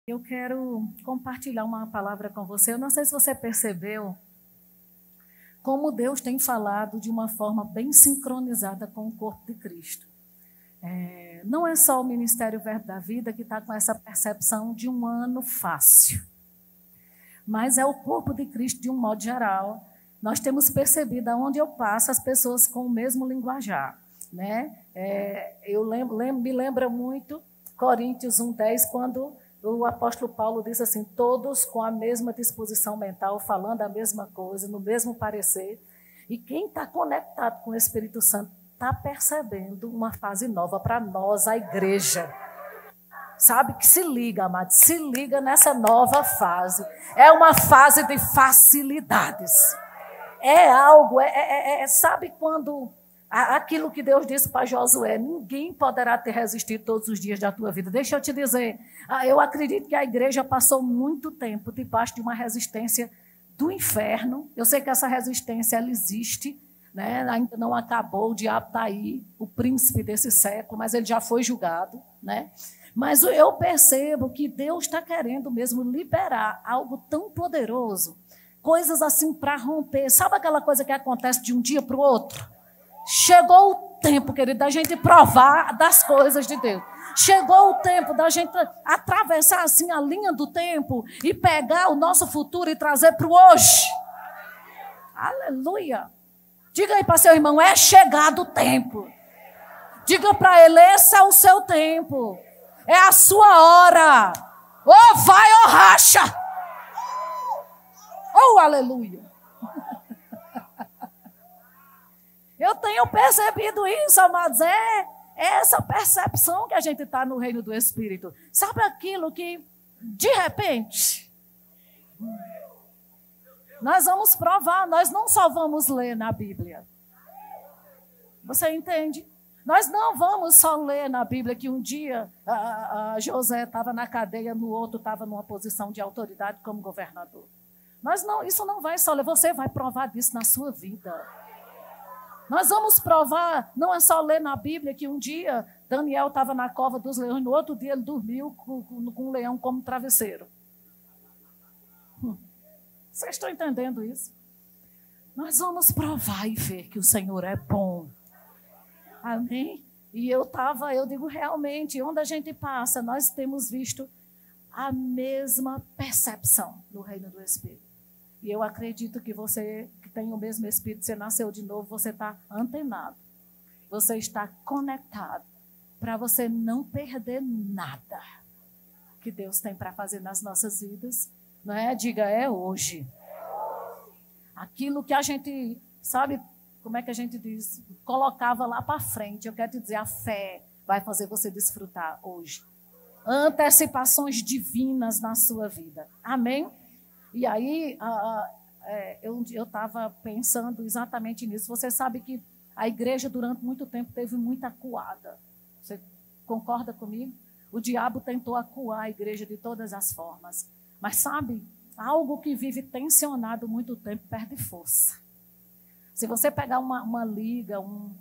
Eu quero compartilhar uma palavra com você. Eu não sei se você percebeu como Deus tem falado de uma forma bem sincronizada com o corpo de Cristo. Não é só o Ministério Verbo da Vida que está com essa percepção de um ano fácil, mas é o corpo de Cristo de um modo geral. Nós temos percebido aonde eu passo as pessoas com o mesmo linguajar, né? Me lembra muito Coríntios 1:10, quando o apóstolo Paulo diz assim: todos com a mesma disposição mental, falando a mesma coisa, no mesmo parecer. E quem está conectado com o Espírito Santo está percebendo uma fase nova para nós, a igreja. Sabe que se liga, amado, se liga nessa nova fase. É uma fase de facilidades. É algo, sabe quando aquilo que Deus disse para Josué: ninguém poderá te resistir todos os dias da tua vida. Deixa eu te dizer, eu acredito que a igreja passou muito tempo debaixo de uma resistência do inferno. Eu sei que essa resistência ela existe, né? Ainda não acabou, o diabo está aí, o príncipe desse século, mas ele já foi julgado, né? Mas eu percebo que Deus está querendo mesmo liberar algo tão poderoso, coisas assim para romper. Sabe aquela coisa que acontece de um dia para o outro? Chegou o tempo, querido, da gente provar das coisas de Deus. Chegou o tempo da gente atravessar assim a linha do tempo e pegar o nosso futuro e trazer para o hoje. Aleluia! Diga aí para seu irmão: é chegado o tempo. Diga para ele: esse é o seu tempo. É a sua hora. Ou vai ou racha. Oh, aleluia. Eu tenho percebido isso, amados. É essa percepção que a gente está no reino do Espírito. Sabe aquilo que, de repente, nós vamos provar. Nós não só vamos ler na Bíblia. Você entende? Nós não vamos só ler na Bíblia que um dia José estava na cadeia, no outro estava numa posição de autoridade como governador. Isso não vai só ler. Você vai provar disso na sua vida. Nós vamos provar, não é só ler na Bíblia que um dia Daniel estava na cova dos leões, no outro dia ele dormiu com um leão como travesseiro. Vocês estão entendendo isso? Nós vamos provar e ver que o Senhor é bom. Amém? E eu digo realmente, onde a gente passa, nós temos visto a mesma percepção no reino do Espírito. E eu acredito que você que tem o mesmo Espírito, você nasceu de novo, você está antenado. Você está conectado para você não perder nada que Deus tem para fazer nas nossas vidas. Não é? Diga: é hoje. Aquilo que a gente, sabe, como é que a gente diz? Colocava lá para frente. Eu quero te dizer, a fé vai fazer você desfrutar hoje. Antecipações divinas na sua vida. Amém? E aí, eu estava pensando exatamente nisso. Você sabe que a igreja, durante muito tempo, teve muita acuada. Você concorda comigo? O diabo tentou acuar a igreja de todas as formas. Mas sabe, algo que vive tensionado muito tempo perde força. Se você pegar uma liga,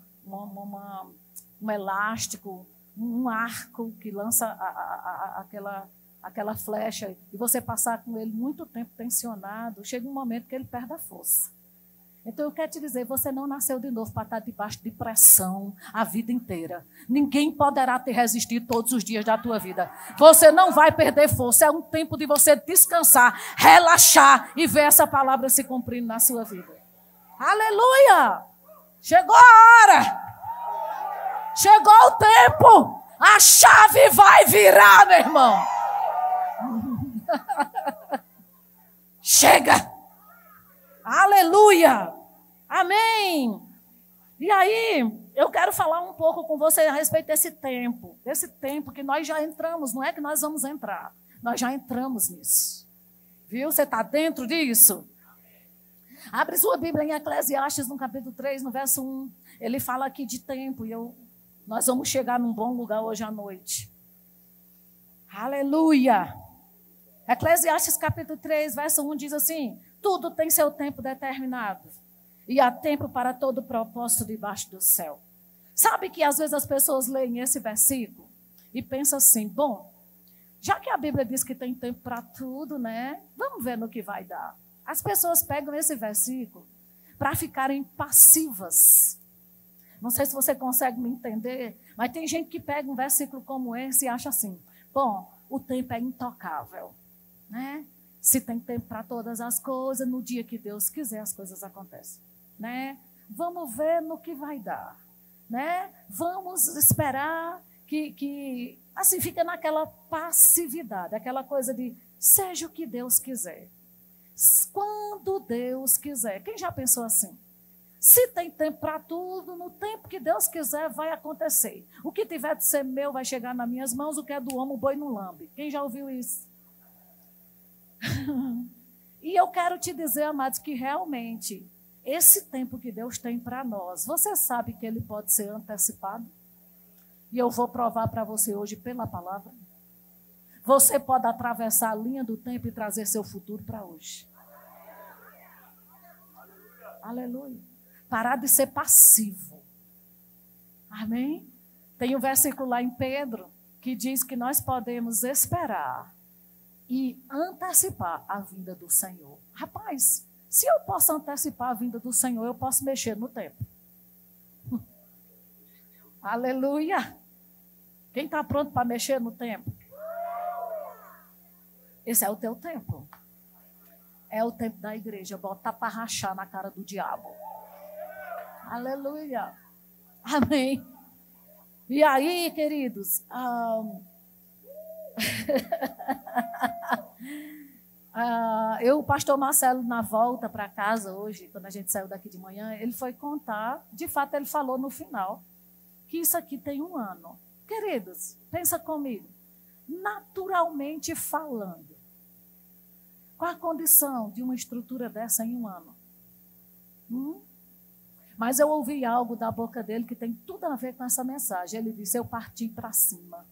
um elástico, um arco que lança aquela flecha, e você passar com ele muito tempo tensionado, chega um momento que ele perde a força. Então eu quero te dizer, você não nasceu de novo para estar debaixo de pressão a vida inteira. Ninguém poderá te resistir todos os dias da tua vida. Você não vai perder força. É um tempo de você descansar, relaxar e ver essa palavra se cumprindo na sua vida. Aleluia! Chegou a hora! Chegou o tempo! A chave vai virar, meu irmão! Chega! Aleluia! Amém! E aí, eu quero falar um pouco com você a respeito desse tempo que nós já entramos. Não é que nós vamos entrar, nós já entramos nisso. Viu? Você está dentro disso? Abre sua Bíblia em Eclesiastes, no capítulo 3, no verso 1. Ele fala aqui de tempo, e nós vamos chegar num bom lugar hoje à noite. Aleluia! Eclesiastes capítulo 3, verso 1 diz assim: tudo tem seu tempo determinado, e há tempo para todo propósito debaixo do céu. Sabe que às vezes as pessoas leem esse versículo e pensam assim: bom, Já que a Bíblia diz que tem tempo para tudo, né? Vamos ver no que vai dar. As pessoas pegam esse versículo para ficarem passivas. Não sei se você consegue me entender, mas tem gente que pega um versículo como esse e acha assim: bom, o tempo é intocável, né? Se tem tempo para todas as coisas, no dia que Deus quiser, as coisas acontecem, né? Vamos ver no que vai dar, né? Vamos esperar que assim, fica naquela passividade, aquela coisa de seja o que Deus quiser. Quando Deus quiser. Quem já pensou assim? Se tem tempo para tudo, no tempo que Deus quiser vai acontecer. O que tiver de ser meu vai chegar nas minhas mãos, o que é do homem o boi não lambe. Quem já ouviu isso? E eu quero te dizer, amados, que realmente esse tempo que Deus tem para nós, você sabe que ele pode ser antecipado? E eu vou provar para você hoje pela palavra. Você pode atravessar a linha do tempo e trazer seu futuro para hoje. Aleluia. Parar de ser passivo. Amém? Tem um versículo lá em Pedro que diz que nós podemos esperar e antecipar a vinda do Senhor. Rapaz, se eu posso antecipar a vinda do Senhor, eu posso mexer no tempo. Aleluia. Quem está pronto para mexer no tempo? Esse é o teu tempo. É o tempo da igreja. Botar para rachar na cara do diabo. Aleluia. Amém. E aí, queridos? O pastor Marcelo, na volta para casa hoje, quando a gente saiu daqui de manhã, ele foi contar, de fato ele falou no final, que isso aqui tem 1 ano. Queridos, pensa comigo, naturalmente falando, qual a condição de uma estrutura dessa em 1 ano? Mas eu ouvi algo da boca dele que tem tudo a ver com essa mensagem. Ele disse, eu parti para cima.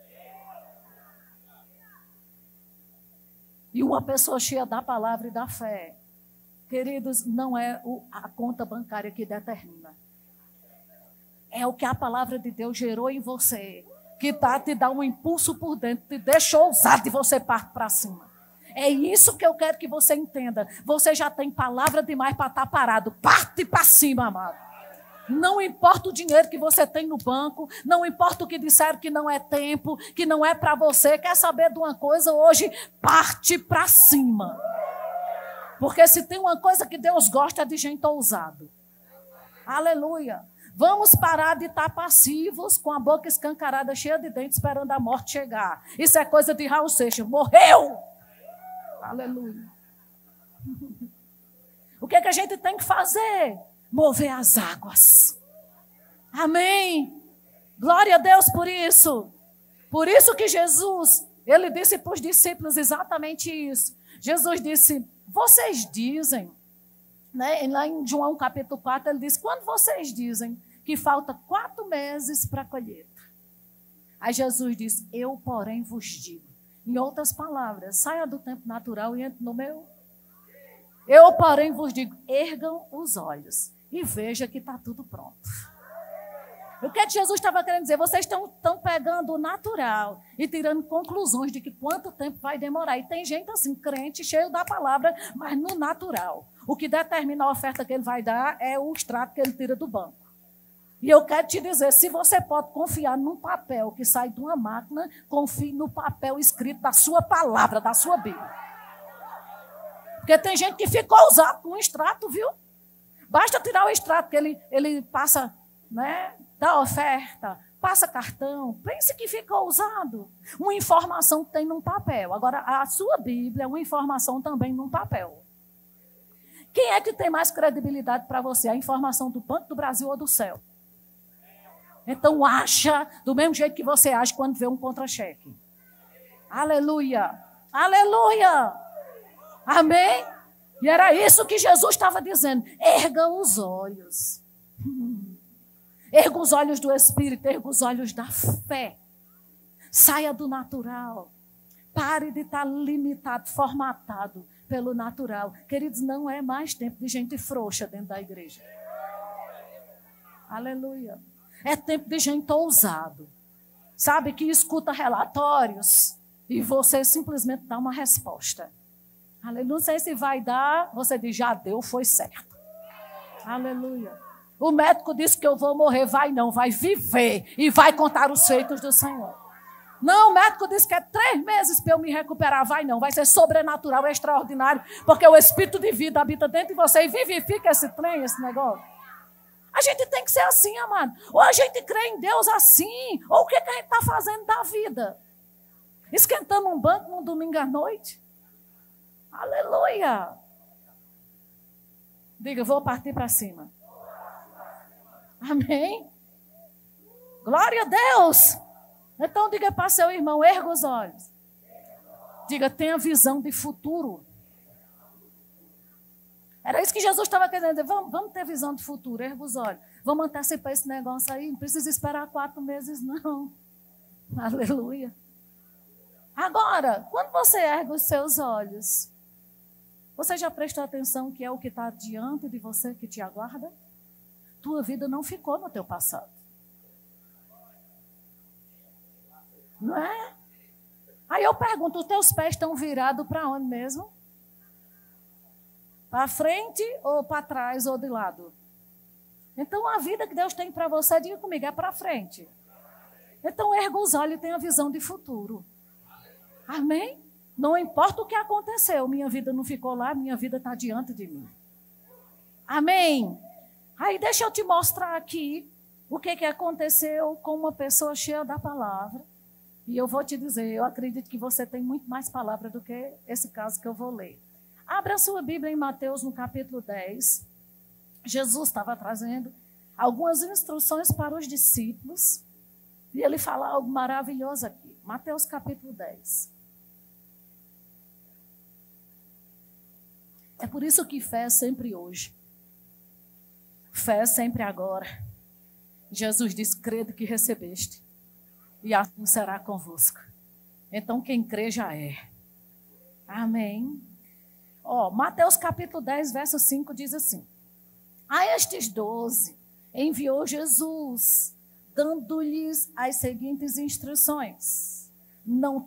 E uma pessoa cheia da palavra e da fé, queridos, não é a conta bancária que determina. É o que a palavra de Deus gerou em você, que te dá um impulso por dentro, te deixa ousado e você parte para cima. É isso que eu quero que você entenda. Você já tem palavra demais para estar parado. Parte para cima, amado. Não importa o dinheiro que você tem no banco, não importa o que disseram que não é tempo, que não é para você. Quer saber de uma coisa? Hoje, parte para cima. Porque se tem uma coisa que Deus gosta é de gente ousado. Aleluia. Vamos parar de estar passivos, com a boca escancarada, cheia de dentes, esperando a morte chegar. Isso é coisa de Raul Seixas. Morreu! Aleluia. O que é que a gente tem que fazer? Mover as águas. Amém. Glória a Deus por isso. Por isso que Jesus, ele disse para os discípulos exatamente isso. Jesus disse, vocês dizem, né? Lá em João capítulo 4, ele diz, quando vocês dizem que falta 4 meses para a colheita. Aí Jesus diz, eu porém vos digo. Em outras palavras, saia do tempo natural e entre no meu. Eu porém vos digo, ergam os olhos e veja que está tudo pronto. O que Jesus estava querendo dizer? Vocês estão pegando o natural e tirando conclusões de que quanto tempo vai demorar. E tem gente assim, crente, cheio da palavra, mas no natural. O que determina a oferta que ele vai dar é o extrato que ele tira do banco. E eu quero te dizer, se você pode confiar num papel que sai de uma máquina, confie no papel escrito da sua palavra, da sua Bíblia. Porque tem gente que fica ousado com o extrato, viu? Basta tirar o extrato que ele passa, né, da oferta, passa cartão. Pense que fica ousado. Uma informação que tem num papel. Agora, a sua Bíblia é uma informação também num papel. Quem é que tem mais credibilidade para você? A informação do Banco do Brasil ou do céu? Então, acha do mesmo jeito que você age quando vê um contra-cheque. Aleluia! Aleluia! Amém? E era isso que Jesus estava dizendo. Erga os olhos. Erga os olhos do Espírito, erga os olhos da fé. Saia do natural. Pare de estar limitado, formatado pelo natural. Queridos, não é mais tempo de gente frouxa dentro da igreja. Aleluia. É tempo de gente ousado. Sabe, que escuta relatórios, E você simplesmente dá uma resposta. Aleluia. Não sei se vai dar, você diz, já deu, foi certo. Aleluia. O médico disse que eu vou morrer, vai não, vai viver e vai contar os feitos do Senhor. Não, o médico disse que é 3 meses para eu me recuperar, vai não, vai ser sobrenatural, extraordinário, porque o Espírito de vida habita dentro de você e vivifica esse trem, esse negócio. A gente tem que ser assim, amado. Ou a gente crê em Deus assim, ou o que a gente está fazendo da vida? Esquentando um banco num domingo à noite? Aleluia! Diga, vou partir para cima. Amém? Glória a Deus! Então diga para seu irmão, erga os olhos. Diga, tenha visão de futuro. Era isso que Jesus estava querendo dizer. Vamos ter visão de futuro, erga os olhos. Vamos antecipar esse negócio aí. Não precisa esperar 4 meses, não. Aleluia. Agora, quando você erga os seus olhos, você já prestou atenção que é o que está diante de você que te aguarda? Tua vida não ficou no teu passado. Não é? Aí eu pergunto, os teus pés estão virados para onde mesmo? Para frente ou para trás ou de lado? Então a vida que Deus tem para você, diga comigo, é para frente. Então erga os olhos e tenha visão de futuro. Amém? Não importa o que aconteceu, minha vida não ficou lá, minha vida está diante de mim. Amém? Aí deixa eu te mostrar aqui o que aconteceu com uma pessoa cheia da palavra. E eu vou te dizer, eu acredito que você tem muito mais palavra do que esse caso que eu vou ler. Abra a sua Bíblia em Mateus, no capítulo 10. Jesus estava trazendo algumas instruções para os discípulos. E ele fala algo maravilhoso aqui. Mateus, capítulo 10. É por isso que fé é sempre hoje. Fé é sempre agora. Jesus diz, crede que recebeste. E assim será convosco. Então quem crê já é. Amém. Mateus capítulo 10, verso 5 diz assim. A estes 12 enviou Jesus, dando-lhes as seguintes instruções. Não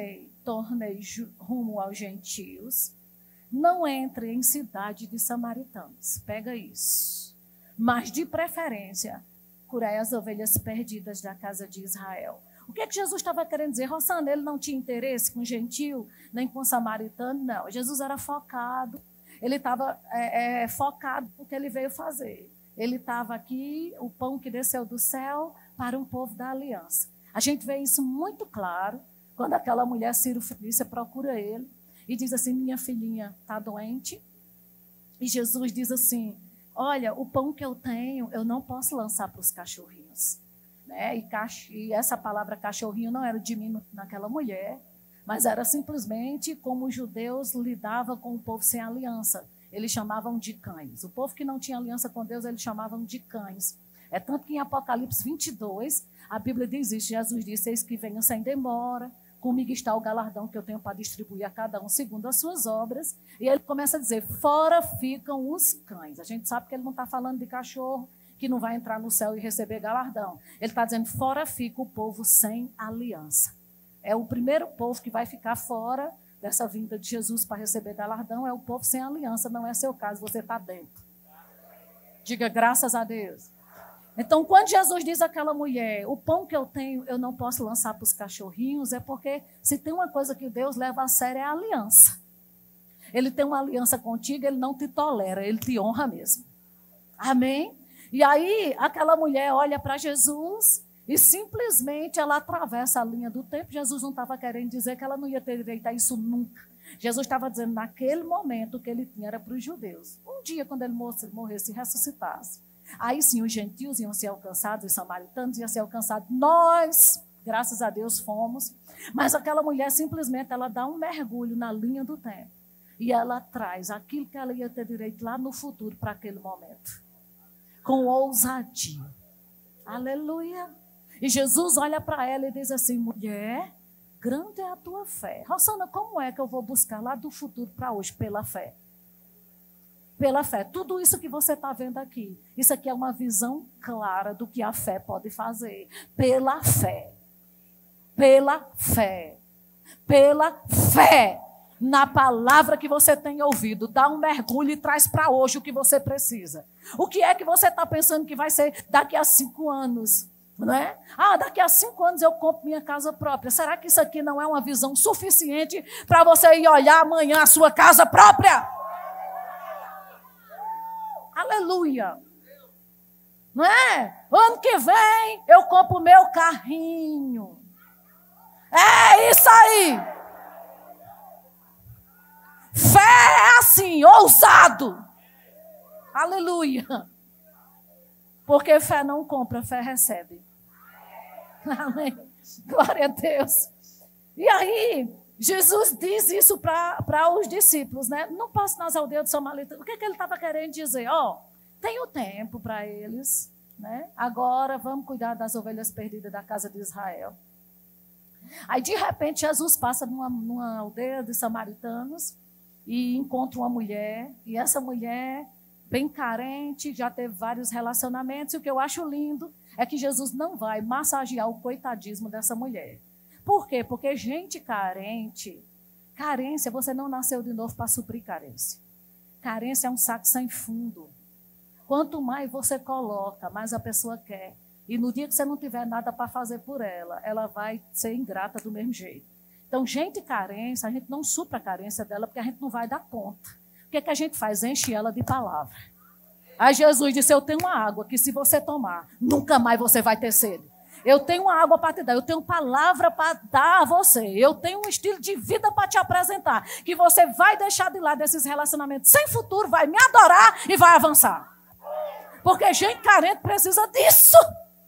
torneis rumo aos gentios. Não entre em cidade de samaritanos. Pega isso. Mas de preferência, curai as ovelhas perdidas da casa de Israel. O que Jesus estava querendo dizer? Rosana, ele não tinha interesse com gentil, nem com samaritano, não. Jesus era focado, ele estava focado no que ele veio fazer. Ele estava aqui, o pão que desceu do céu, para um povo da aliança. A gente vê isso muito claro, quando aquela mulher Ciro Felícia procura ele, e diz assim, minha filhinha está doente, e Jesus diz assim, olha, o pão que eu tenho, eu não posso lançar para os cachorrinhos. Né? E essa palavra cachorrinho não era diminuto naquela mulher, mas era simplesmente como os judeus lidavam com o povo sem aliança. Eles chamavam de cães. O povo que não tinha aliança com Deus, eles chamavam de cães. É tanto que em Apocalipse 22, a Bíblia diz isso. Jesus disse, eis que venho sem demora, comigo está o galardão que eu tenho para distribuir a cada um segundo as suas obras. E ele começa a dizer, fora ficam os cães. A gente sabe que ele não está falando de cachorro, que não vai entrar no céu e receber galardão. Ele está dizendo, fora fica o povo sem aliança. É o primeiro povo que vai ficar fora dessa vinda de Jesus para receber galardão, é o povo sem aliança, não é seu caso, você está dentro. Diga, graças a Deus. Então, quando Jesus diz àquela mulher, o pão que eu tenho, eu não posso lançar para os cachorrinhos, é porque se tem uma coisa que Deus leva a sério é a aliança. Ele tem uma aliança contigo, ele não te tolera, ele te honra mesmo. Amém? E aí, aquela mulher olha para Jesus e simplesmente ela atravessa a linha do tempo. Jesus não estava querendo dizer que ela não ia ter direito a isso nunca. Jesus estava dizendo, naquele momento, que ele tinha era para os judeus. Um dia, quando ele morresse e ressuscitasse, aí sim, os gentios iam ser alcançados, os samaritanos iam ser alcançados. Nós, graças a Deus, fomos. Mas aquela mulher, simplesmente, ela dá um mergulho na linha do tempo. E ela traz aquilo que ela ia ter direito lá no futuro para aquele momento. Com ousadia. Aleluia. E Jesus olha para ela e diz assim, mulher, grande é a tua fé. Rosana, como é que eu vou buscar lá do futuro para hoje? Pela fé. Pela fé. Tudo isso que você está vendo aqui, isso aqui é uma visão clara do que a fé pode fazer. Pela fé. Pela fé. Pela fé na palavra que você tem ouvido. Dá um mergulho e traz para hoje o que você precisa. O que é que você está pensando que vai ser daqui a 5 anos? Não é? Daqui a 5 anos eu compro minha casa própria. Será que isso aqui não é uma visão suficiente para você ir olhar amanhã a sua casa própria? Aleluia! Não é? Ano que vem eu compro o meu carrinho. É isso aí! Fé é assim, ousado. Aleluia! Porque fé não compra, fé recebe. Amém. Glória a Deus. E aí, Jesus diz isso para os discípulos, né? Não passe nas aldeias de Samaritano. O que ele estava querendo dizer? Tenho tempo para eles, né? Agora vamos cuidar das ovelhas perdidas da casa de Israel. Aí, de repente, Jesus passa numa aldeia de samaritanos e encontra uma mulher. E essa mulher, bem carente, já teve vários relacionamentos. E o que eu acho lindo é que Jesus não vai massagear o coitadismo dessa mulher. Por quê? Porque gente carente, carência, você não nasceu de novo para suprir carência. Carência é um saco sem fundo. Quanto mais você coloca, mais a pessoa quer. E no dia que você não tiver nada para fazer por ela, ela vai ser ingrata do mesmo jeito. Então, gente carência, a gente não supra a carência dela, porque a gente não vai dar conta. O que é que a gente faz? Enche ela de palavra. Aí Jesus disse, eu tenho uma água que se você tomar, nunca mais você vai ter sede. Eu tenho uma água para te dar, eu tenho palavra para dar a você. Eu tenho um estilo de vida para te apresentar, que você vai deixar de lado esses relacionamentos sem futuro, vai me adorar e vai avançar. Porque gente carente precisa disso.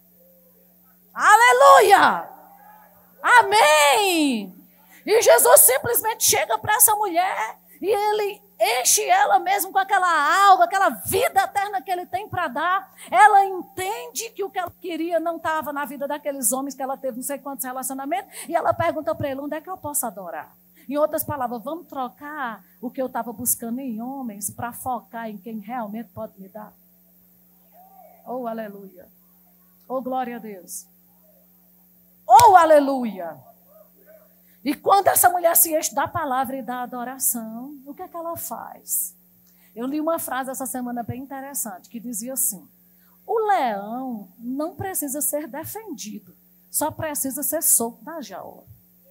Aleluia! Amém! E Jesus simplesmente chega para essa mulher e ele enche ela mesmo com aquela água, aquela vida eterna que ele tem para dar. Ela entende que o que ela queria não estava na vida daqueles homens que ela teve não sei quantos relacionamentos. E ela pergunta para ele, onde é que eu posso adorar? Em outras palavras, vamos trocar o que eu estava buscando em homens para focar em quem realmente pode me dar? Oh, aleluia! Oh, glória a Deus! Oh, aleluia! E quando essa mulher se enche da palavra e da adoração, o que é que ela faz? Eu li uma frase essa semana bem interessante, que dizia assim, o leão não precisa ser defendido, só precisa ser solto da jaula.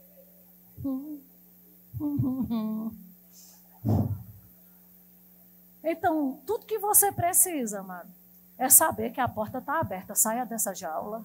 Então, tudo que você precisa, amado, é saber que a porta está aberta, saia dessa jaula.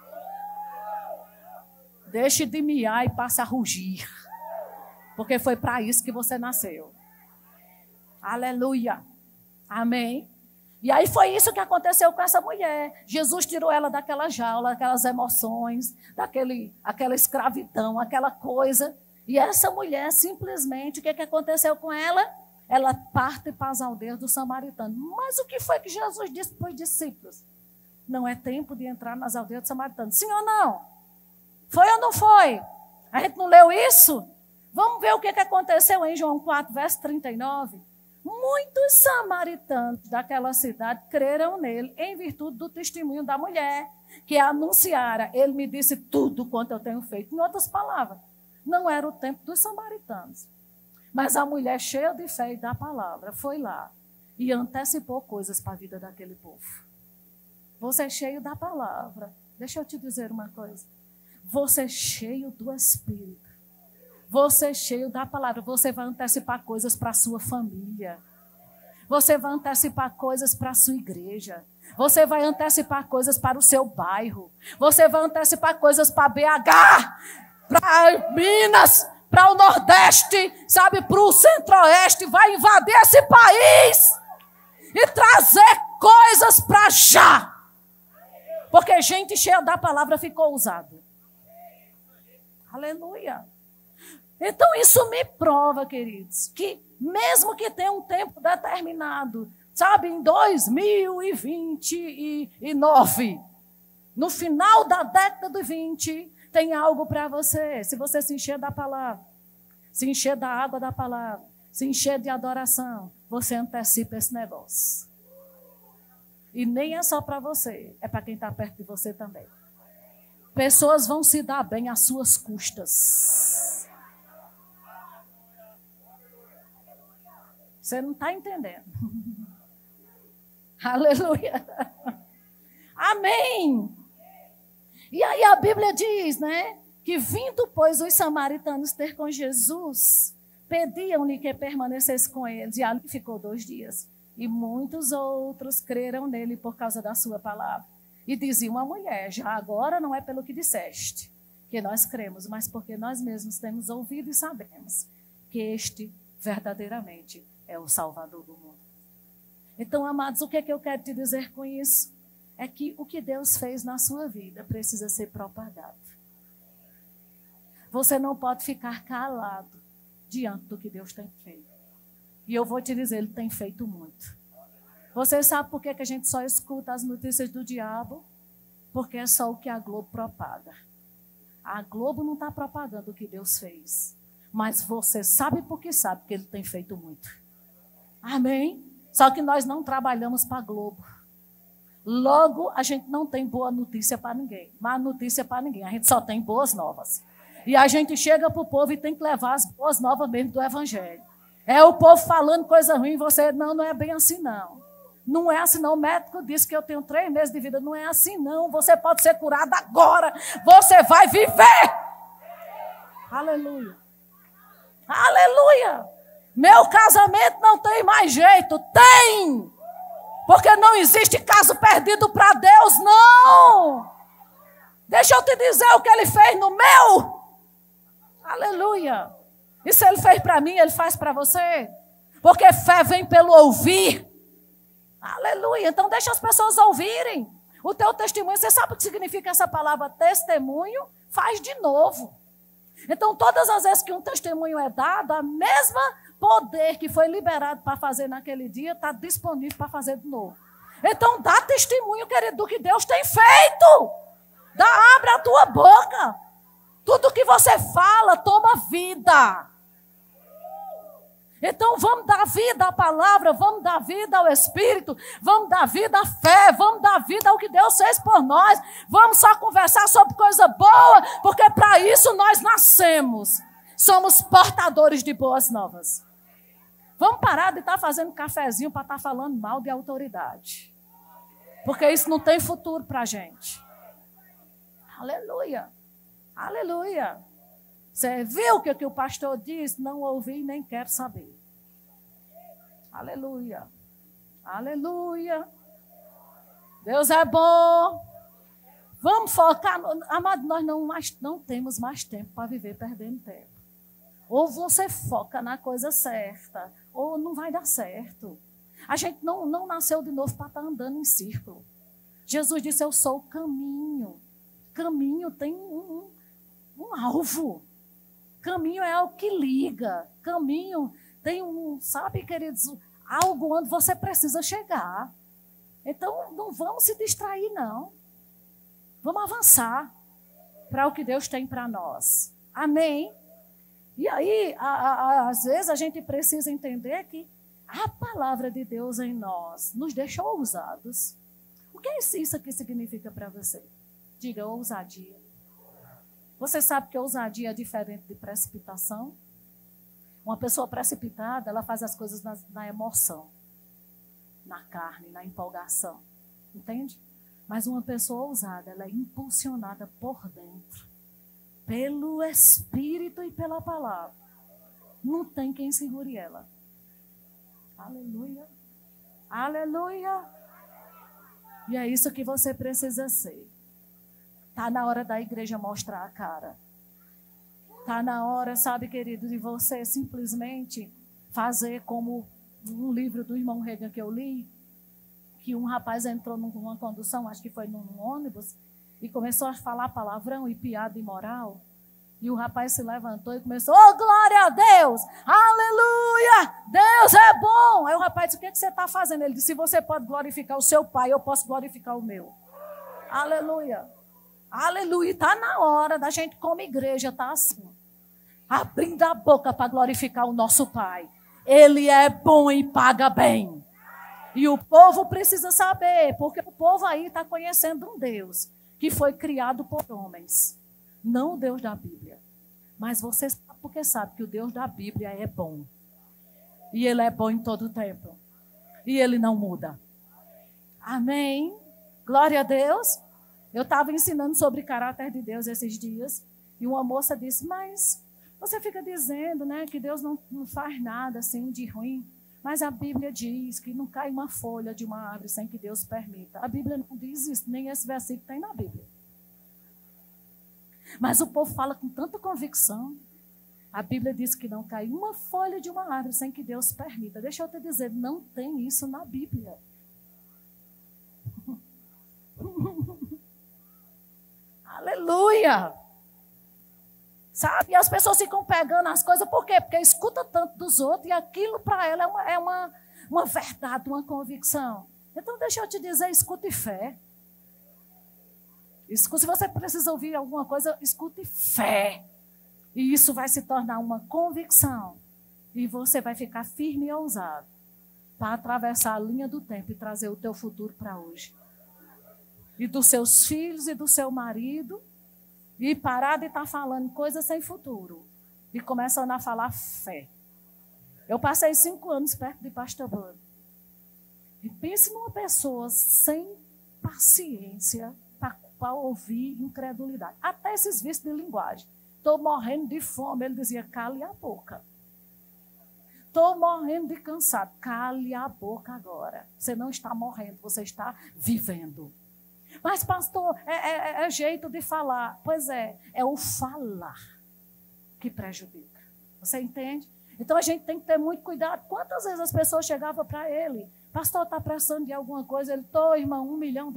Deixe de miar e passe a rugir. Porque foi para isso que você nasceu. Aleluia. Amém. E aí foi isso que aconteceu com essa mulher. Jesus tirou ela daquela jaula, daquelas emoções, aquela escravidão, aquela coisa. E essa mulher simplesmente, o que aconteceu com ela? Ela parte para as aldeias do samaritano. Mas o que foi que Jesus disse para os discípulos? Não é tempo de entrar nas aldeias do samaritano. Sim ou não? Foi ou não foi? A gente não leu isso? Vamos ver o que aconteceu em João 4, verso 39. Muitos samaritanos daquela cidade creram nele em virtude do testemunho da mulher que anunciara. Ele me disse tudo quanto eu tenho feito. Em outras palavras, não era o tempo dos samaritanos. Mas a mulher cheia de fé e da palavra foi lá e antecipou coisas para a vida daquele povo. Você é cheio da palavra. Deixa eu te dizer uma coisa. Você é cheio do Espírito. Você é cheio da palavra. Você vai antecipar coisas para a sua família. Você vai antecipar coisas para a sua igreja. Você vai antecipar coisas para o seu bairro. Você vai antecipar coisas para BH, para Minas, para o Nordeste, sabe, para o Centro-Oeste. Vai invadir esse país e trazer coisas para já. Porque gente cheia da palavra ficou ousada. Aleluia. Então isso me prova, queridos, que mesmo que tenha um tempo determinado, sabe, em 2029, no final da década de 20, tem algo para você. Se você se encher da palavra, se encher da água da palavra, se encher de adoração, você antecipa esse negócio. E nem é só para você, é para quem está perto de você também. Pessoas vão se dar bem às suas custas. Você não está entendendo. Aleluia. Amém. E aí a Bíblia diz, né? Que vindo, pois, os samaritanos ter com Jesus, pediam-lhe que permanecesse com eles. E ali ficou 2 dias. E muitos outros creram nele por causa da sua palavra. E dizia uma mulher, já agora não é pelo que disseste que nós cremos, mas porque nós mesmos temos ouvido e sabemos que este verdadeiramente é o Salvador do mundo. Então, amados, o que é que eu quero te dizer com isso? É que o que Deus fez na sua vida precisa ser propagado. Você não pode ficar calado diante do que Deus tem feito. E eu vou te dizer, Ele tem feito muito. Você sabe por que a gente só escuta as notícias do diabo? Porque é só o que a Globo propaga. A Globo não está propagando o que Deus fez. Mas você sabe porque sabe que Ele tem feito muito. Amém? Só que nós não trabalhamos para a Globo. Logo, a gente não tem boa notícia para ninguém. Má notícia para ninguém. A gente só tem boas novas. E a gente chega para o povo e tem que levar as boas novas mesmo do Evangelho. É o povo falando coisa ruim, você, não é bem assim não. Não é assim não, o médico disse que eu tenho 3 meses de vida, não é assim não. Você pode ser curado agora, você vai viver. Aleluia. Aleluia. Meu casamento não tem mais jeito, tem. Porque não existe caso perdido para Deus, não. Deixa eu te dizer o que Ele fez no meu. Aleluia. E se Ele fez para mim, Ele faz para você. Porque fé vem pelo ouvir. Aleluia. Então deixa as pessoas ouvirem. O teu testemunho, você sabe o que significa essa palavra testemunho? Faz de novo. Então todas as vezes que um testemunho é dado, a mesma poder que foi liberado para fazer naquele dia está disponível para fazer de novo. Então dá testemunho, querido, do que Deus tem feito. Abre a tua boca. Tudo que você fala toma vida. Então vamos dar vida à palavra, vamos dar vida ao Espírito, vamos dar vida à fé, vamos dar vida ao que Deus fez por nós. Vamos só conversar sobre coisa boa, porque para isso nós nascemos. Somos portadores de boas novas. Vamos parar de estar fazendo cafezinho para estar falando mal de autoridade. Porque isso não tem futuro para a gente. Aleluia. Aleluia. Você viu o que o pastor disse? Não ouvi nem quero saber. Aleluia. Aleluia. Deus é bom. Vamos focar. Amado, nós não temos mais tempo para viver perdendo tempo. Ou você foca na coisa certa, ou não vai dar certo. A gente não nasceu de novo para estar andando em círculo. Jesus disse, eu sou o caminho. Caminho tem um alvo. Caminho é algo que liga. Caminho tem sabe, queridos, algo onde você precisa chegar. Então, não vamos se distrair, não. Vamos avançar para o que Deus tem para nós. Amém? E aí, às vezes, a gente precisa entender que a palavra de Deus em nós nos deixa ousados. O que é isso aqui significa para você? Diga, ousadia. Você sabe que ousadia é diferente de precipitação? Uma pessoa precipitada, ela faz as coisas na emoção, na carne, na empolgação. Entende? Mas uma pessoa ousada, ela é impulsionada por dentro, pelo Espírito e pela palavra. Não tem quem segure ela. Aleluia. Aleluia. E é isso que você precisa ser. Está na hora da igreja mostrar a cara. Está na hora, sabe, querido, de você simplesmente fazer como um livro do irmão Reagan que eu li, que um rapaz entrou numa condução, acho que foi num ônibus, e começou a falar palavrão e piada imoral. E o rapaz se levantou e começou, glória a Deus, aleluia, Deus é bom. Aí o rapaz disse, o que você está fazendo? Ele disse, se você pode glorificar o seu pai, eu posso glorificar o meu. Aleluia. Aleluia, está na hora da gente como igreja, está assim, abrindo a boca para glorificar o nosso Pai. Ele é bom e paga bem. E o povo precisa saber, porque o povo aí está conhecendo um Deus que foi criado por homens, não o Deus da Bíblia. Mas você sabe porque sabe que o Deus da Bíblia é bom. E Ele é bom em todo o tempo. E Ele não muda. Amém? Glória a Deus. Eu estava ensinando sobre o caráter de Deus esses dias. E uma moça disse, mas você fica dizendo, né, que Deus não faz nada assim de ruim. Mas a Bíblia diz que não cai uma folha de uma árvore sem que Deus permita. A Bíblia não diz isso, nem esse versículo tem na Bíblia. Mas o povo fala com tanta convicção. A Bíblia diz que não cai uma folha de uma árvore sem que Deus permita. Deixa eu te dizer, não tem isso na Bíblia. Aleluia! Sabe? E as pessoas ficam pegando as coisas, por quê? Porque escuta tanto dos outros e aquilo para ela é uma verdade, uma convicção. Então deixa eu te dizer, escute fé. Se você precisa ouvir alguma coisa, escute fé. E isso vai se tornar uma convicção. E você vai ficar firme e ousado para atravessar a linha do tempo e trazer o teu futuro para hoje. E dos seus filhos e do seu marido. E parar de estar falando coisas sem futuro. E começando a falar fé. Eu passei 5 anos perto de Pastor Bruno. E pense numa pessoa sem paciência para ouvir incredulidade. Até esses vícios de linguagem. Estou morrendo de fome. Ele dizia, cale a boca. Estou morrendo de cansado. Cale a boca agora. Você não está morrendo, você está vivendo. Mas, pastor, é jeito de falar. Pois é o falar que prejudica. Você entende? Então, a gente tem que ter muito cuidado. Quantas vezes as pessoas chegavam para ele, pastor, está precisando de alguma coisa? Ele, estou, irmão, $1 milhão.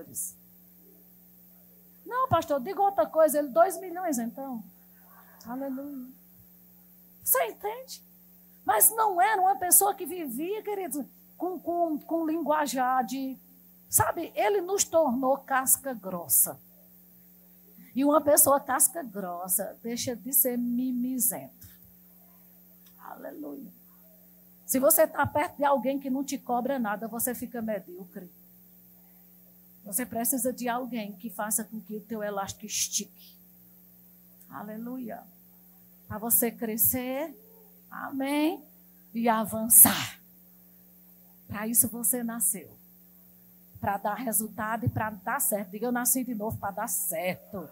Não, pastor, diga outra coisa. Ele, 2 milhões, então. Aleluia. Você entende? Mas não era uma pessoa que vivia, queridos, com linguajar de... Sabe, ele nos tornou casca grossa. E uma pessoa casca grossa deixa de ser mimizento. Aleluia. Se você está perto de alguém que não te cobra nada, você fica medíocre. Você precisa de alguém que faça com que o teu elástico estique. Aleluia. Para você crescer, amém, e avançar. Para isso você nasceu. Para dar resultado e para dar certo. Diga, eu nasci de novo para dar certo.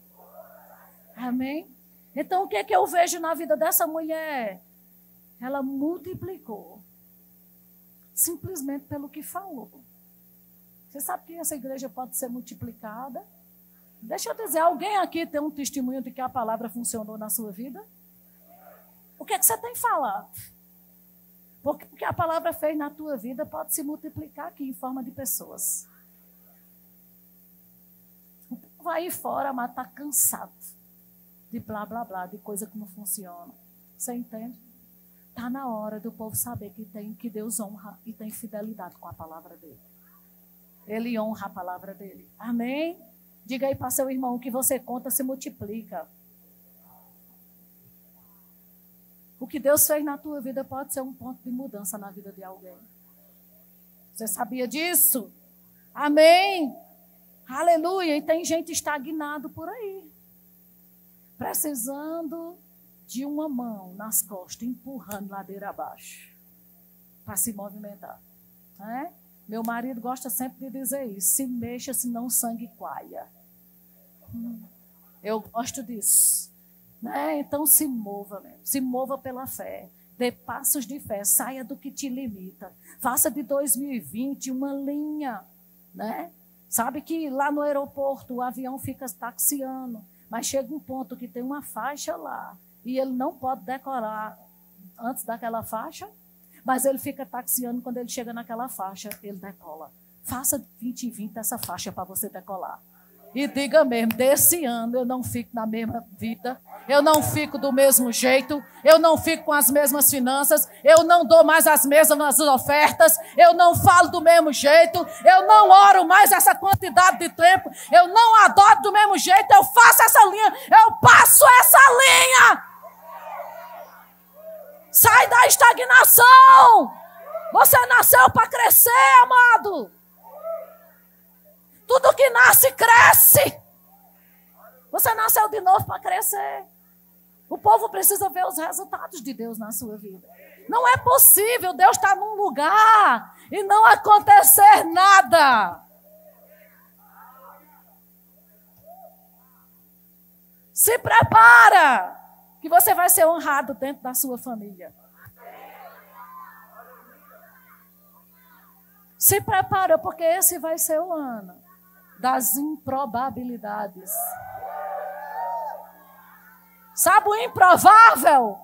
Amém? Então, o que é que eu vejo na vida dessa mulher? Ela multiplicou. Simplesmente pelo que falou. Você sabe que essa igreja pode ser multiplicada? Deixa eu dizer, alguém aqui tem um testemunho de que a palavra funcionou na sua vida? O que é que você tem falado? Porque o que a palavra fez na tua vida pode se multiplicar aqui em forma de pessoas. O povo aí fora, mas está cansado de blá, blá, blá, de coisa que não funciona. Você entende? Está na hora do povo saber que Deus honra e tem fidelidade com a palavra dele. Ele honra a palavra dele. Amém? Diga aí para seu irmão, o que você conta se multiplica. O que Deus fez na tua vida pode ser um ponto de mudança na vida de alguém. Você sabia disso? Amém? Aleluia. E tem gente estagnado por aí. Precisando de uma mão nas costas, empurrando ladeira abaixo. Para se movimentar. É? Meu marido gosta sempre de dizer isso. Se mexa, senão o sangue coalha. Eu gosto disso. Né? Então se mova, mesmo. Se mova pela fé. Dê passos de fé. Saia do que te limita. Faça de 2020 uma linha. Né? Sabe que lá no aeroporto o avião fica taxiando. Mas chega um ponto que tem uma faixa lá. E ele não pode decolar antes daquela faixa. Mas ele fica taxiando, quando ele chega naquela faixa, ele decola. Faça de 20 em 20 essa faixa para você decolar. E diga mesmo, desse ano eu não fico na mesma vida, eu não fico do mesmo jeito, eu não fico com as mesmas finanças, eu não dou mais as mesmas ofertas, eu não falo do mesmo jeito, eu não oro mais essa quantidade de tempo, eu não adoro do mesmo jeito, eu faço essa linha, eu passo essa linha. Sai da estagnação. Você nasceu para crescer, amado. Tudo que nasce, cresce. Você nasceu de novo para crescer. O povo precisa ver os resultados de Deus na sua vida. Não é possível Deus estar num lugar e não acontecer nada. Se prepara, que você vai ser honrado dentro da sua família. Se prepara, porque esse vai ser o ano das improbabilidades. Sabe o improvável?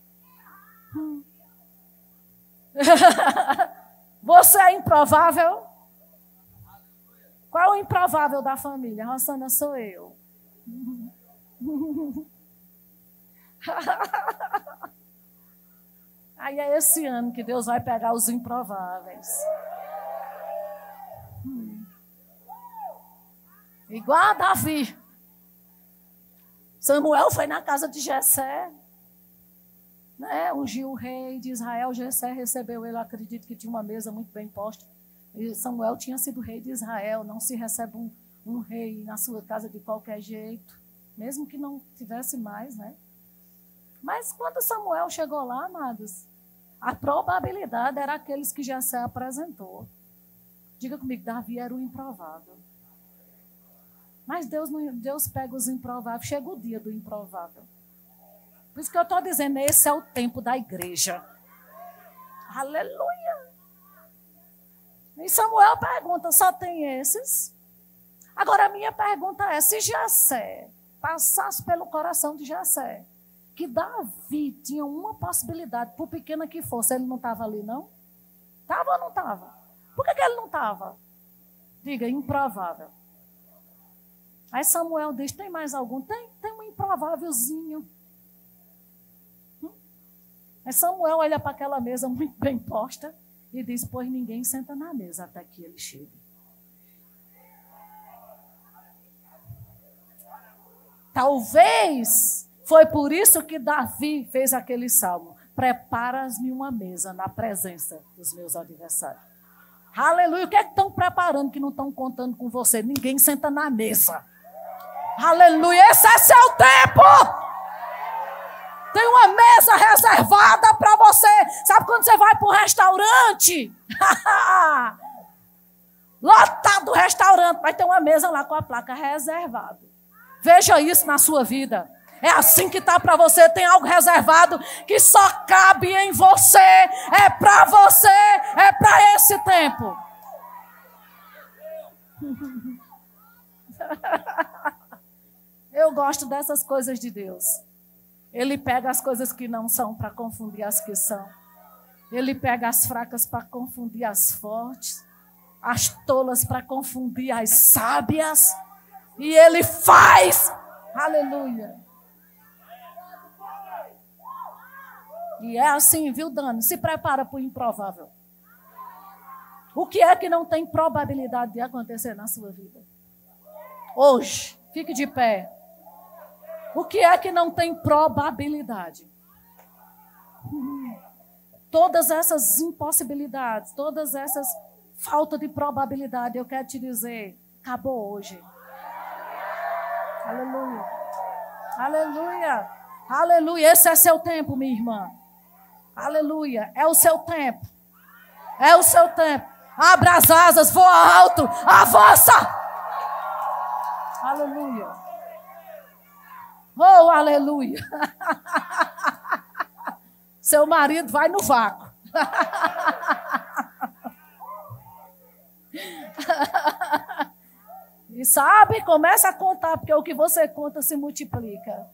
Você é improvável? Qual é o improvável da família? Rosana, sou eu. Aí é esse ano que Deus vai pegar os improváveis. Igual a Davi. Samuel foi na casa de Jessé, né? Ungiu o rei de Israel. Jessé recebeu ele, acredito que tinha uma mesa muito bem posta. E Samuel tinha sido rei de Israel. Não se recebe um rei na sua casa de qualquer jeito, mesmo que não tivesse mais, né? Mas quando Samuel chegou lá, amados, a probabilidade era aqueles que Jessé apresentou. Diga comigo, Davi era o improvável. Mas Deus pega os improváveis. Chega o dia do improvável. Por isso que eu estou dizendo, esse é o tempo da igreja. Aleluia. E Samuel pergunta, só tem esses? Agora a minha pergunta é, se Jessé passasse pelo coração de Jessé, que Davi tinha uma possibilidade, por pequena que fosse, ele não estava ali, não? Estava ou não estava? Por que ele não estava? Diga, improvável. Aí Samuel diz, tem mais algum? Tem um improvávelzinho. Aí Samuel olha para aquela mesa muito bem posta e diz, pois ninguém senta na mesa até que ele chegue. Talvez foi por isso que Davi fez aquele salmo. Preparas-me uma mesa na presença dos meus adversários. Aleluia. O que é que estão preparando que não estão contando com você? Ninguém senta na mesa. Aleluia. Esse é seu tempo. Tem uma mesa reservada para você. Sabe quando você vai para um restaurante? Lotado o restaurante. Vai ter uma mesa lá com a placa reservado. Veja isso na sua vida. É assim que está para você. Tem algo reservado que só cabe em você. É para você. É para esse tempo. Eu gosto dessas coisas de Deus. Ele pega as coisas que não são para confundir as que são. Ele pega as fracas para confundir as fortes. As tolas para confundir as sábias. E ele faz. Aleluia. E é assim, viu, Dani? Se prepara para o improvável. O que é que não tem probabilidade de acontecer na sua vida? Hoje, fique de pé. O que é que não tem probabilidade? Todas essas impossibilidades, todas essas falta de probabilidade, eu quero te dizer, acabou hoje. Aleluia. Aleluia. Aleluia. Esse é seu tempo, minha irmã. Aleluia. É o seu tempo. É o seu tempo. Abra as asas, voa alto, avança. Aleluia. Oh, aleluia. Seu marido vai no vácuo. E sabe, começa a contar, porque o que você conta se multiplica.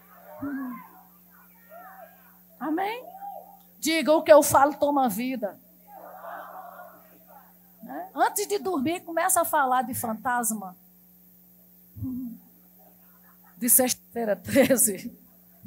Amém? Diga, o que eu falo toma vida. Né? Antes de dormir, começa a falar de fantasma. De sexta-feira 13.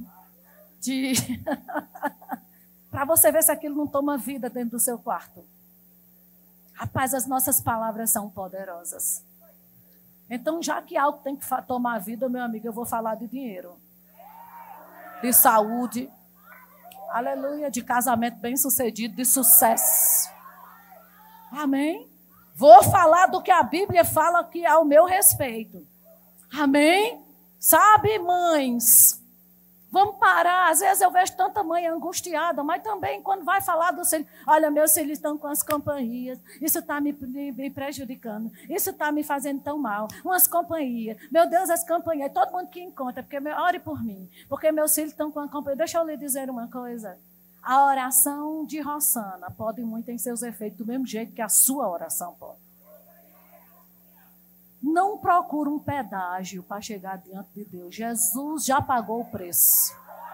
Para você ver se aquilo não toma vida dentro do seu quarto. Rapaz, as nossas palavras são poderosas. Então, já que algo tem que tomar vida, meu amigo, eu vou falar de dinheiro. De saúde. Aleluia. De casamento bem-sucedido, de sucesso. Amém? Vou falar do que a Bíblia fala que é ao meu respeito. Amém? Sabe, mães, Vamos parar. Às vezes eu vejo tanta mãe angustiada, mas também quando vai falar do filho, olha, meus filhos estão com as companhias, isso está me prejudicando, isso está me fazendo tão mal. Umas companhias, meu Deus, as companhias, todo mundo que encontra, porque ore por mim, porque meus filhos estão com a companhia. Deixa eu lhe dizer uma coisa. A oração de Rosana pode muito em seus efeitos, do mesmo jeito que a sua oração pode. Não procura um pedágio para chegar diante de Deus. Jesus já pagou o preço.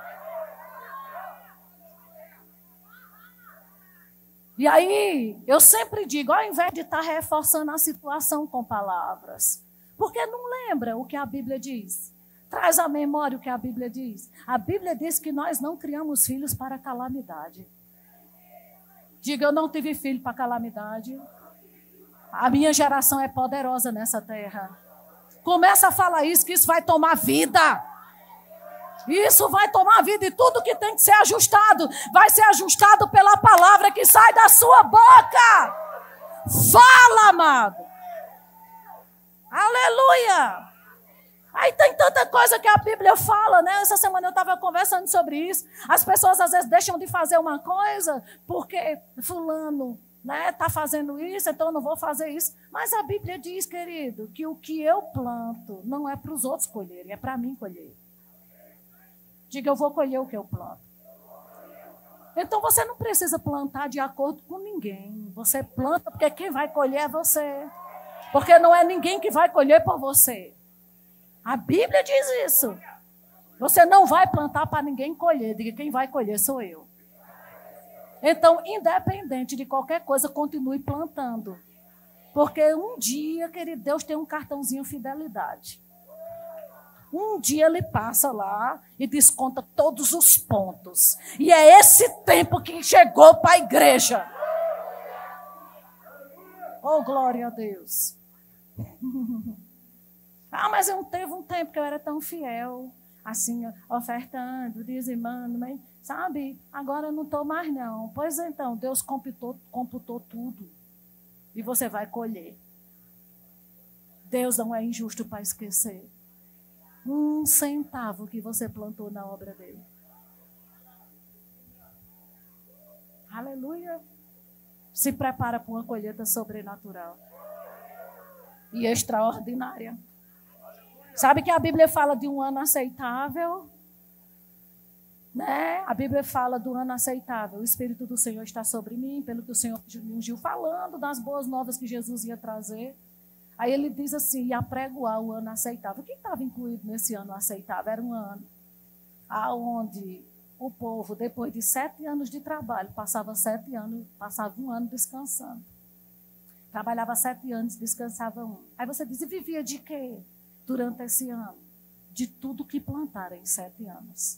E aí, eu sempre digo, ao invés de estar reforçando a situação com palavras, porque não lembra o que a Bíblia diz? Traz à memória o que a Bíblia diz. A Bíblia diz que nós não criamos filhos para calamidade. Diga, eu não tive filho para calamidade. A minha geração é poderosa nessa terra. Começa a falar isso, que isso vai tomar vida. Isso vai tomar vida e tudo que tem que ser ajustado, vai ser ajustado pela palavra que sai da sua boca. Fala, amado. Aleluia. Aí tem tanta coisa que a Bíblia fala, né? Essa semana eu estava conversando sobre isso. As pessoas às vezes deixam de fazer uma coisa porque fulano está fazendo isso, então eu não vou fazer isso. Mas a Bíblia diz, querido, que o que eu planto não é para os outros colherem, é para mim colher. Diga, eu vou colher o que eu planto. Então você não precisa plantar de acordo com ninguém. Você planta porque quem vai colher é você. Porque não é ninguém que vai colher por você. A Bíblia diz isso. Você não vai plantar para ninguém colher. Diga, quem vai colher sou eu. Então, independente de qualquer coisa, continue plantando. Porque um dia, querido, Deus tem um cartãozinho fidelidade. Um dia ele passa lá e desconta todos os pontos. E é esse tempo que chegou para a igreja. Oh, glória a Deus. Mas eu teve um tempo que eu era tão fiel, assim, ofertando, dizimando, mas, sabe, agora eu não estou mais não. Pois então, Deus computou tudo e você vai colher. Deus não é injusto para esquecer. 1 centavo que você plantou na obra dele. Aleluia. Se prepara para uma colheita sobrenatural e extraordinária. Sabe que a Bíblia fala de um ano aceitável? Né? A Bíblia fala do ano aceitável. O Espírito do Senhor está sobre mim, pelo que o Senhor me ungiu, falando das boas novas que Jesus ia trazer. Aí ele diz assim, e apregoar o ano aceitável. O que estava incluído nesse ano aceitável? Era um ano onde o povo, depois de 7 anos de trabalho, passava um ano descansando. Trabalhava 7 anos, descansava 1. Aí você diz, e vivia de quê durante esse ano? De tudo que plantaram em 7 anos.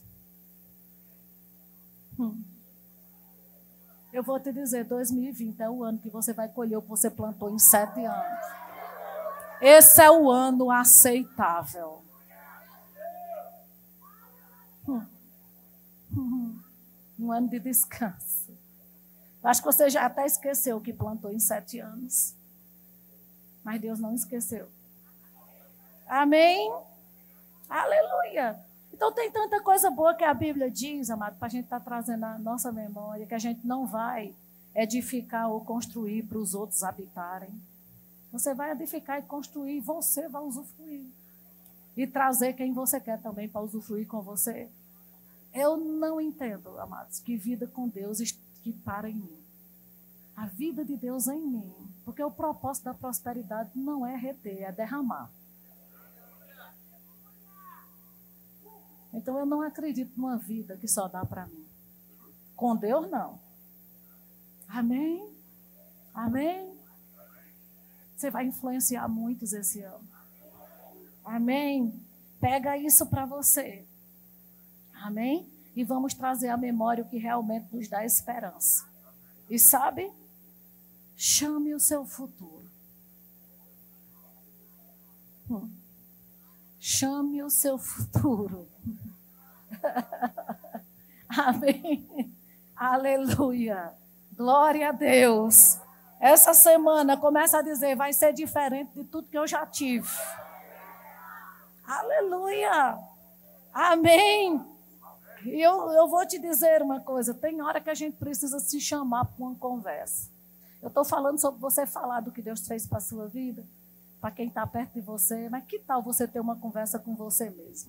Eu vou te dizer, 2020 é o ano que você vai colher o que você plantou em 7 anos. Esse é o ano aceitável. Um ano de descanso. Acho que você já até esqueceu o que plantou em 7 anos. Mas Deus não esqueceu. Amém? Aleluia. Então tem tanta coisa boa que a Bíblia diz, amado, para a gente estar trazendo a nossa memória, que a gente não vai edificar ou construir para os outros habitarem. Você vai edificar e construir, você vai usufruir. E trazer quem você quer também para usufruir com você. Eu não entendo, amados, que vida com Deus que para em mim. A vida de Deus é em mim. Porque o propósito da prosperidade não é reter, é derramar. Então eu não acredito numa vida que só dá para mim. Com Deus, não. Amém? Amém? Você vai influenciar muitos esse ano. Amém? Pega isso para você. Amém? E vamos trazer à memória o que realmente nos dá esperança. E sabe? Chame o seu futuro. Chame o seu futuro. Amém? Aleluia. Glória a Deus. Essa semana começa a dizer, vai ser diferente de tudo que eu já tive. Aleluia. Amém. E eu vou te dizer uma coisa, tem hora que a gente precisa se chamar para uma conversa. Eu estou falando sobre você falar do que Deus fez para a sua vida, para quem está perto de você, mas que tal você ter uma conversa com você mesmo?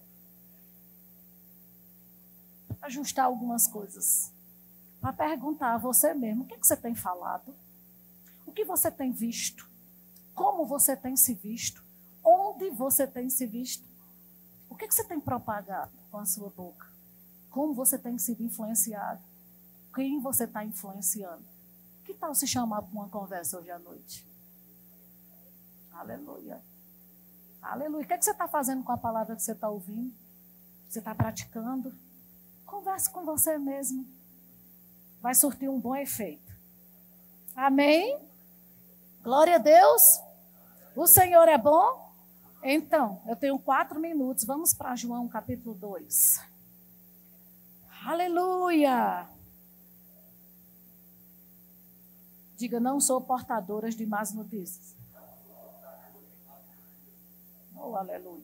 Ajustar algumas coisas. Para perguntar a você mesmo, o que você tem falado? O que você tem visto? Como você tem se visto? Onde você tem se visto? O que você tem propagado com a sua boca? Como você tem sido influenciado? Quem você está influenciando? Que tal se chamar para uma conversa hoje à noite? Aleluia. Aleluia. O que você está fazendo com a palavra que você está ouvindo? Você está praticando? Converse com você mesmo. Vai surtir um bom efeito. Amém? Glória a Deus. O Senhor é bom? Então, eu tenho 4 minutos. Vamos para João capítulo 2. Aleluia. Diga, não sou portadoras de más notícias. Oh, aleluia.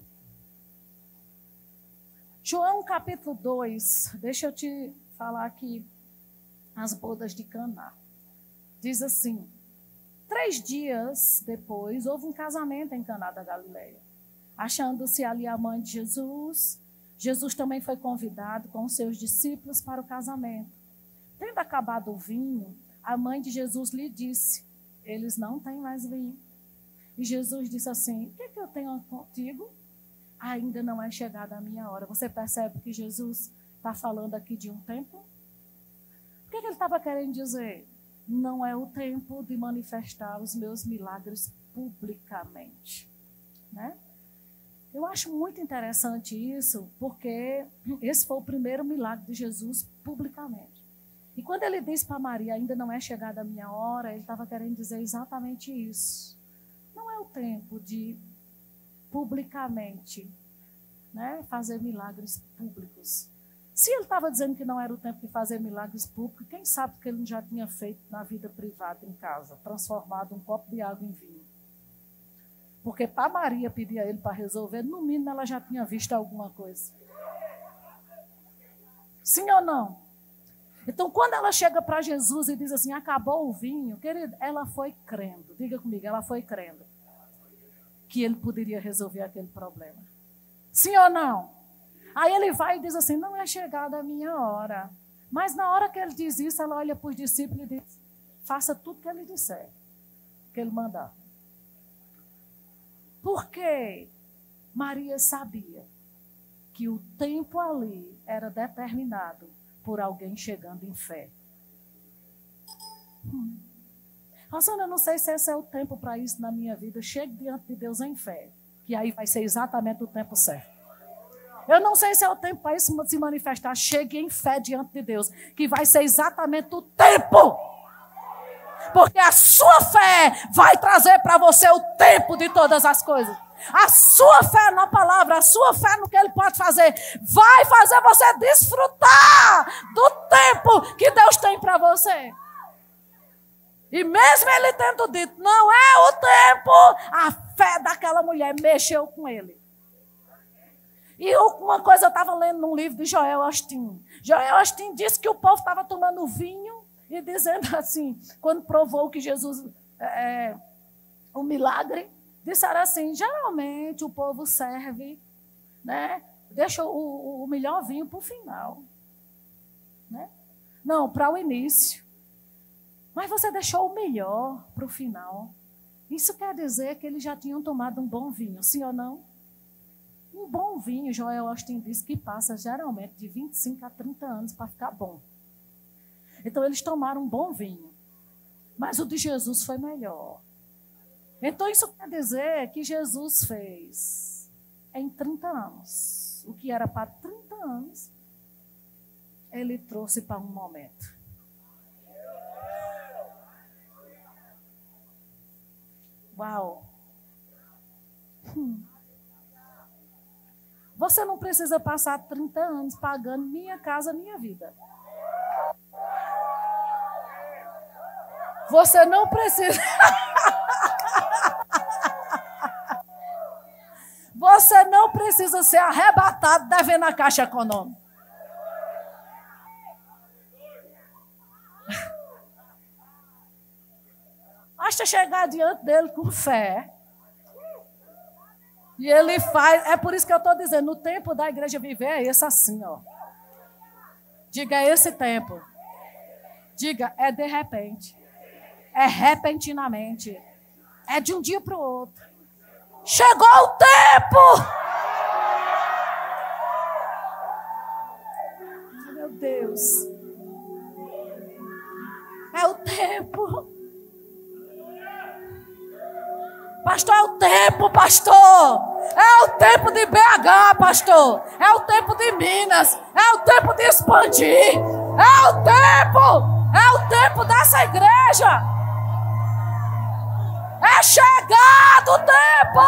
João capítulo 2. Deixa eu te falar aqui as bodas de Caná. Diz assim: 3 dias depois, houve um casamento em Caná da Galileia. Achando-se ali a mãe de Jesus, Jesus também foi convidado com os seus discípulos para o casamento. Tendo acabado o vinho, a mãe de Jesus lhe disse: eles não têm mais vinho. E Jesus disse assim: o que eu tenho contigo? Ainda não é chegada a minha hora. Você percebe que Jesus está falando aqui de um tempo? O que ele estava querendo dizer? Não é o tempo de manifestar os meus milagres publicamente, né? Eu acho muito interessante isso, porque esse foi o primeiro milagre de Jesus publicamente. E quando ele disse para Maria, ainda não é chegada a minha hora, ele estava querendo dizer exatamente isso. Não é o tempo de publicamente, né, fazer milagres públicos. Se ele estava dizendo que não era o tempo de fazer milagres públicos, quem sabe que ele não já tinha feito na vida privada em casa, transformado um copo de água em vinho. Porque para Maria pedir a ele para resolver, no mínimo ela já tinha visto alguma coisa. Sim ou não? Então, quando ela chega para Jesus e diz assim, acabou o vinho, querida, ela foi crendo. Diga comigo, ela foi crendo que ele poderia resolver aquele problema. Sim ou não? Aí ele vai e diz assim, não é chegada a minha hora. Mas na hora que ele diz isso, ela olha para os discípulos e diz, faça tudo que ele disser, que ele mandar. Porque Maria sabia que o tempo ali era determinado por alguém chegando em fé. Rosana, eu não sei se esse é o tempo para isso na minha vida. Chegue diante de Deus em fé, que aí vai ser exatamente o tempo certo. Eu não sei se é o tempo para isso se manifestar. Chegue em fé diante de Deus, que vai ser exatamente o tempo. Porque a sua fé vai trazer para você o tempo de todas as coisas. A sua fé na palavra, a sua fé no que Ele pode fazer, vai fazer você desfrutar do tempo que Deus tem para você. E mesmo Ele tendo dito, não é o tempo, a fé daquela mulher mexeu com ele. E uma coisa eu estava lendo num livro de Joel Osteen. Joel Osteen disse que o povo estava tomando vinho e dizendo assim, quando provou que Jesus, o milagre, disseram assim, geralmente o povo serve, né, deixa o melhor vinho para o final. Né? Não, para o início. Mas você deixou o melhor para o final. Isso quer dizer que eles já tinham tomado um bom vinho, sim ou não? Um bom vinho, Joel Osteen diz que passa geralmente de 25 a 30 anos para ficar bom. Então eles tomaram um bom vinho. Mas o de Jesus foi melhor. Então isso quer dizer que Jesus fez em 30 anos. O que era para 30 anos, Ele trouxe para um momento. Uau! Você não precisa passar 30 anos pagando minha casa, minha vida. Você não precisa... Você não precisa ser arrebatado devendo a Caixa Econômica. Basta chegar diante dele com fé. E ele faz. É por isso que eu estou dizendo, no tempo da igreja viver é esse assim, ó. Diga, é esse tempo. Diga, é de repente. É repentinamente. É de um dia para o outro. Chegou o tempo! Meu Deus. É o tempo. Pastor, é o tempo, pastor. É o tempo de BH, pastor. É o tempo de Minas. É o tempo de expandir. É o tempo. É o tempo dessa igreja. É chegado o tempo.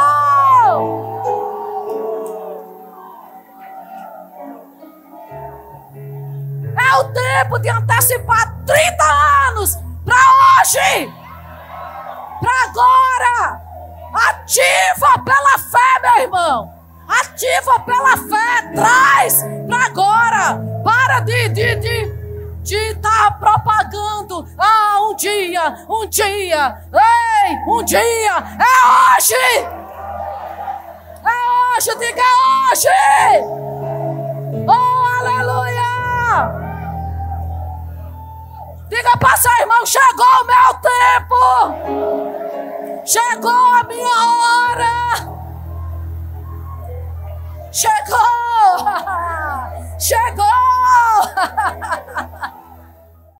É o tempo de antecipar 30 anos para hoje. Para agora. Ativa pela fé, meu irmão. Ativa pela fé. Traz para agora. Para de estar propagando. Ah, um dia. Ei, um dia. É hoje. É hoje, diga hoje. Oh, aleluia. Diga para seu irmão, chegou o meu tempo. Chegou a minha